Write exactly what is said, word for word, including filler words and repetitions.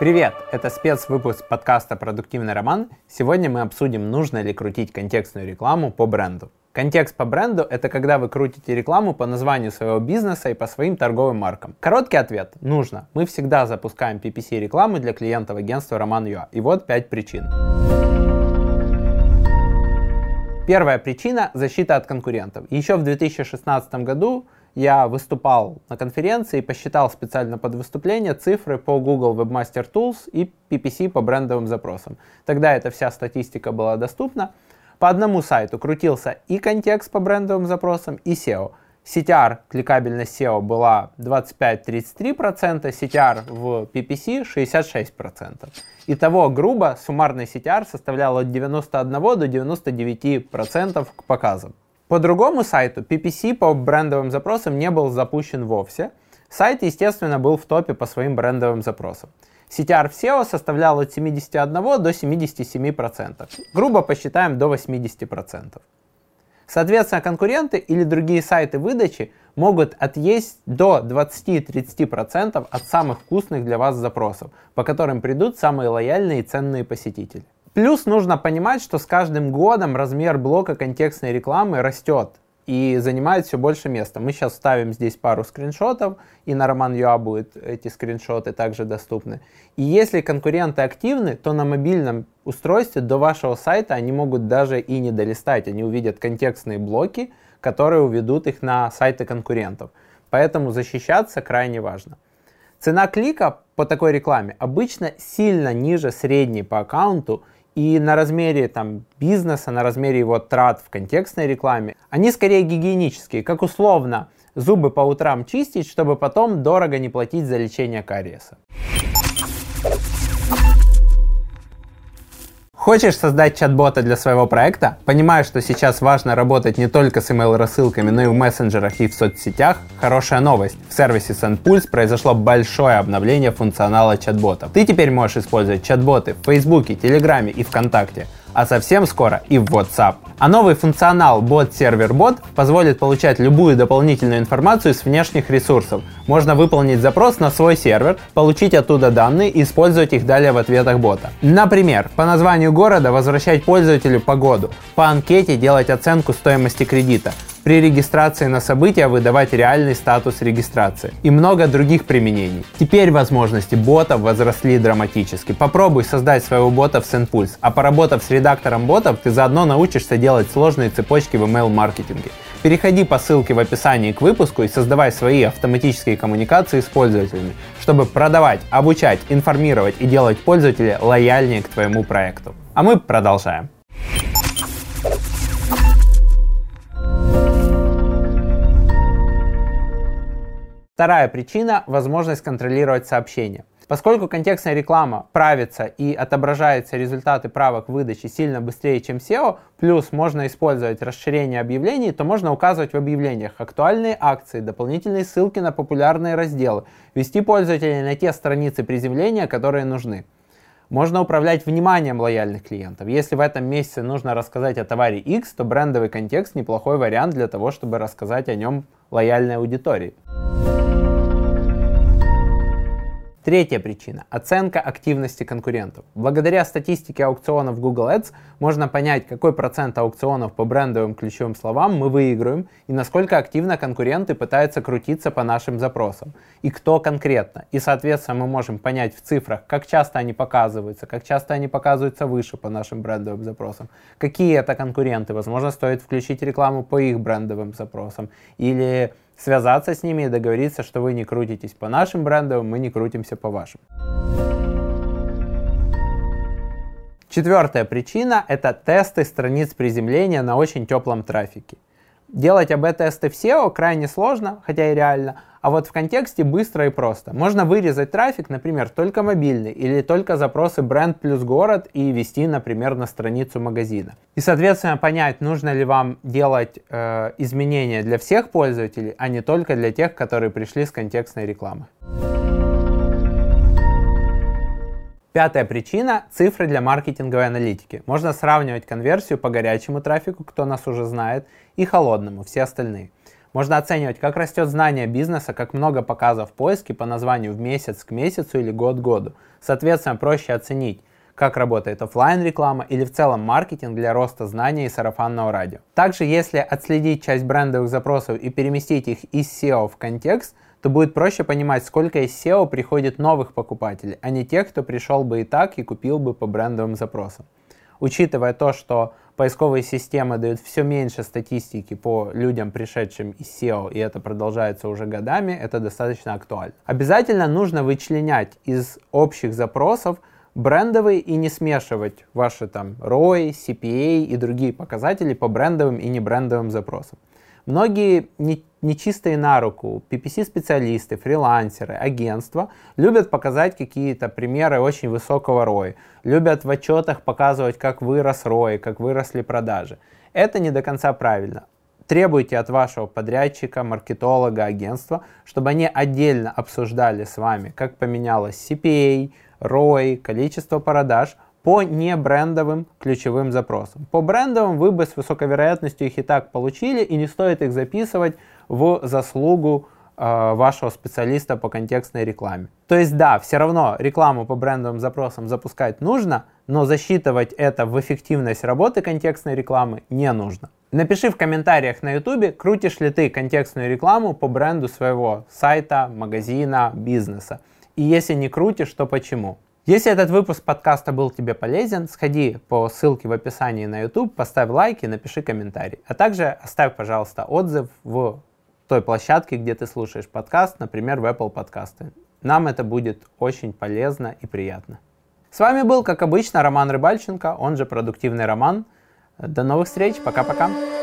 Привет! Это спецвыпуск подкаста «Продуктивный роман». Сегодня мы обсудим, нужно ли крутить контекстную рекламу по бренду. Контекст по бренду – это когда вы крутите рекламу по названию своего бизнеса и по своим торговым маркам. Короткий ответ – нужно. Мы всегда запускаем пи пи си-рекламу для клиентов агентства Роман.ua. И вот пять причин. Первая причина – защита от конкурентов. Еще в две тысячи шестнадцатом году я выступал на конференции и посчитал специально под выступление цифры по Google Webmaster Tools и пи пи си по брендовым запросам. Тогда эта вся статистика была доступна. По одному сайту крутился и контекст по брендовым запросам, и сео. си ти ар, кликабельность сео была двадцать пять - тридцать три процента, си ти ар в пи пи си шестьдесят шесть процентов. Итого, грубо, суммарный си ти ар составлял от девяноста одного до девяноста девяти процентов к показам. По другому сайту пи пи си по брендовым запросам не был запущен вовсе. Сайт, естественно, был в топе по своим брендовым запросам. си ти ар в сео составлял от семидесяти одного до семидесяти семи процентов. Грубо посчитаем, до восьмидесяти процентов. Соответственно, конкуренты или другие сайты выдачи могут отъесть до двадцати - тридцати процентов от самых вкусных для вас запросов, по которым придут самые лояльные и ценные посетители. Плюс нужно понимать, что с каждым годом размер блока контекстной рекламы растет и занимает все больше места. Мы сейчас вставим здесь пару скриншотов, и на Роман.ua будут эти скриншоты также доступны. И если конкуренты активны, то на мобильном устройстве до вашего сайта они могут даже и не долистать. Они увидят контекстные блоки, которые уведут их на сайты конкурентов. Поэтому защищаться крайне важно. Цена клика по такой рекламе обычно сильно ниже средней по аккаунту, и на размере там, бизнеса, на размере его трат в контекстной рекламе, они скорее гигиенические, как условно зубы по утрам чистить, чтобы потом дорого не платить за лечение кариеса. Хочешь создать чат-бота для своего проекта? Понимаешь, что сейчас важно работать не только с email-рассылками, но и в мессенджерах и в соцсетях? Хорошая новость. В сервисе SendPulse произошло большое обновление функционала чат-ботов. Ты теперь можешь использовать чат-боты в Фейсбуке, Телеграме и ВКонтакте. А совсем скоро и в WhatsApp. А новый функционал бот-сервер-бот позволит получать любую дополнительную информацию с внешних ресурсов. Можно выполнить запрос на свой сервер, получить оттуда данные и использовать их далее в ответах бота. Например, по названию города возвращать пользователю погоду, по анкете делать оценку стоимости кредита, при регистрации на события выдавать реальный статус регистрации и много других применений. Теперь возможности ботов возросли драматически. Попробуй создать своего бота в SendPulse, а поработав с редактором ботов, ты заодно научишься делать сложные цепочки в email-маркетинге. Переходи по ссылке в описании к выпуску и создавай свои автоматические коммуникации с пользователями, чтобы продавать, обучать, информировать и делать пользователя лояльнее к твоему проекту. А мы продолжаем. Вторая причина – возможность контролировать сообщения. Поскольку контекстная реклама правится и отображаются результаты правок выдачи сильно быстрее, чем сео, плюс можно использовать расширение объявлений, то можно указывать в объявлениях актуальные акции, дополнительные ссылки на популярные разделы, вести пользователей на те страницы приземления, которые нужны. Можно управлять вниманием лояльных клиентов. Если в этом месяце нужно рассказать о товаре X, то брендовый контекст – неплохой вариант для того, чтобы рассказать о нем лояльной аудитории. Третья причина – оценка активности конкурентов. Благодаря статистике аукционов Google Ads можно понять, какой процент аукционов по брендовым ключевым словам мы выиграем и насколько активно конкуренты пытаются крутиться по нашим запросам. И кто конкретно. И, соответственно, мы можем понять в цифрах, как часто они показываются, как часто они показываются выше по нашим брендовым запросам, какие это конкуренты. Возможно, стоит включить рекламу по их брендовым запросам или связаться с ними и договориться, что вы не крутитесь по нашим брендовым, мы не крутимся по вашим. Четвертая причина – это тесты страниц приземления на очень теплом трафике. Делать эй би тесты в сео крайне сложно, хотя и реально, а вот в контексте быстро и просто. Можно вырезать трафик, например, только мобильный или только запросы бренд плюс город и вести, например, на страницу магазина. И, соответственно, понять, нужно ли вам делать э, изменения для всех пользователей, а не только для тех, которые пришли с контекстной рекламы. Пятая причина – цифры для маркетинговой аналитики. Можно сравнивать конверсию по горячему трафику, кто нас уже знает, и холодному, все остальные. Можно оценивать, как растет знание бизнеса, как много показов в поиске по названию в месяц к месяцу или год к году. Соответственно, проще оценить, как работает офлайн реклама или в целом маркетинг для роста знаний и сарафанного радио. Также, если отследить часть брендовых запросов и переместить их из сео в контекст, то будет проще понимать, сколько из сео приходит новых покупателей, а не тех, кто пришел бы и так и купил бы по брендовым запросам. Учитывая то, что поисковые системы дают все меньше статистики по людям, пришедшим из сео, и это продолжается уже годами, это достаточно актуально. Обязательно нужно вычленять из общих запросов брендовые и не смешивать ваши там рой, си пи эй и другие показатели по брендовым и небрендовым запросам. Многие не, нечистые на руку пи пи си-специалисты, фрилансеры, агентства любят показать какие-то примеры очень высокого роя, любят в отчетах показывать, как вырос рой, как выросли продажи. Это не до конца правильно. Требуйте от вашего подрядчика, маркетолога, агентства, чтобы они отдельно обсуждали с вами, как поменялось си пи эй, рой, количество продаж по небрендовым ключевым запросам. По брендовым вы бы с высокой вероятностью их и так получили, и не стоит их записывать в заслугу э, вашего специалиста по контекстной рекламе. То есть да, все равно рекламу по брендовым запросам запускать нужно, но засчитывать это в эффективность работы контекстной рекламы не нужно. Напиши в комментариях на ютубе, крутишь ли ты контекстную рекламу по бренду своего сайта, магазина, бизнеса. И если не крутишь, то почему? Если этот выпуск подкаста был тебе полезен, сходи по ссылке в описании на YouTube, поставь лайк и напиши комментарий. А также оставь, пожалуйста, отзыв в той площадке, где ты слушаешь подкаст, например, в Apple подкасты. Нам это будет очень полезно и приятно. С вами был, как обычно, Роман Рыбальченко, он же Продуктивный Роман. До новых встреч, пока-пока.